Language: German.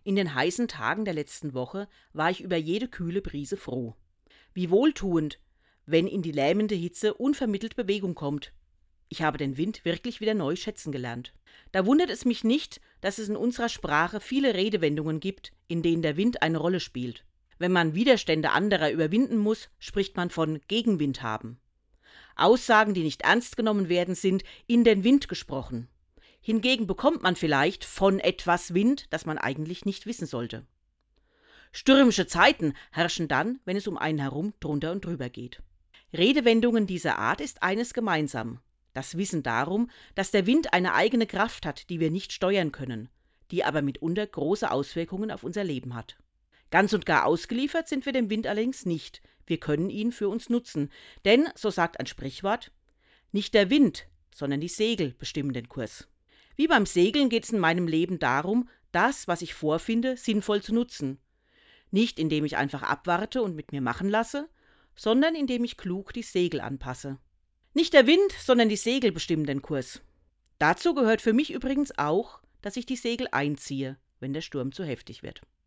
In den heißen Tagen der letzten Woche war ich über jede kühle Brise froh. Wie wohltuend, wenn in die lähmende Hitze unvermittelt Bewegung kommt. Ich habe den Wind wirklich wieder neu schätzen gelernt. Da wundert es mich nicht, dass es in unserer Sprache viele Redewendungen gibt, in denen der Wind eine Rolle spielt. Wenn man Widerstände anderer überwinden muss, spricht man von Gegenwind haben. Aussagen, die nicht ernst genommen werden, sind in den Wind gesprochen. Hingegen bekommt man vielleicht von etwas Wind, das man eigentlich nicht wissen sollte. Stürmische Zeiten herrschen dann, wenn es um einen herum drunter und drüber geht. Redewendungen dieser Art ist eines gemeinsam: das Wissen darum, dass der Wind eine eigene Kraft hat, die wir nicht steuern können, die aber mitunter große Auswirkungen auf unser Leben hat. Ganz und gar ausgeliefert sind wir dem Wind allerdings nicht, wir können ihn für uns nutzen, denn, so sagt ein Sprichwort, nicht der Wind, sondern die Segel bestimmen den Kurs. Wie beim Segeln geht es in meinem Leben darum, das, was ich vorfinde, sinnvoll zu nutzen. Nicht indem ich einfach abwarte und mit mir machen lasse, sondern indem ich klug die Segel anpasse. Nicht der Wind, sondern die Segel bestimmen den Kurs. Dazu gehört für mich übrigens auch, dass ich die Segel einziehe, wenn der Sturm zu heftig wird.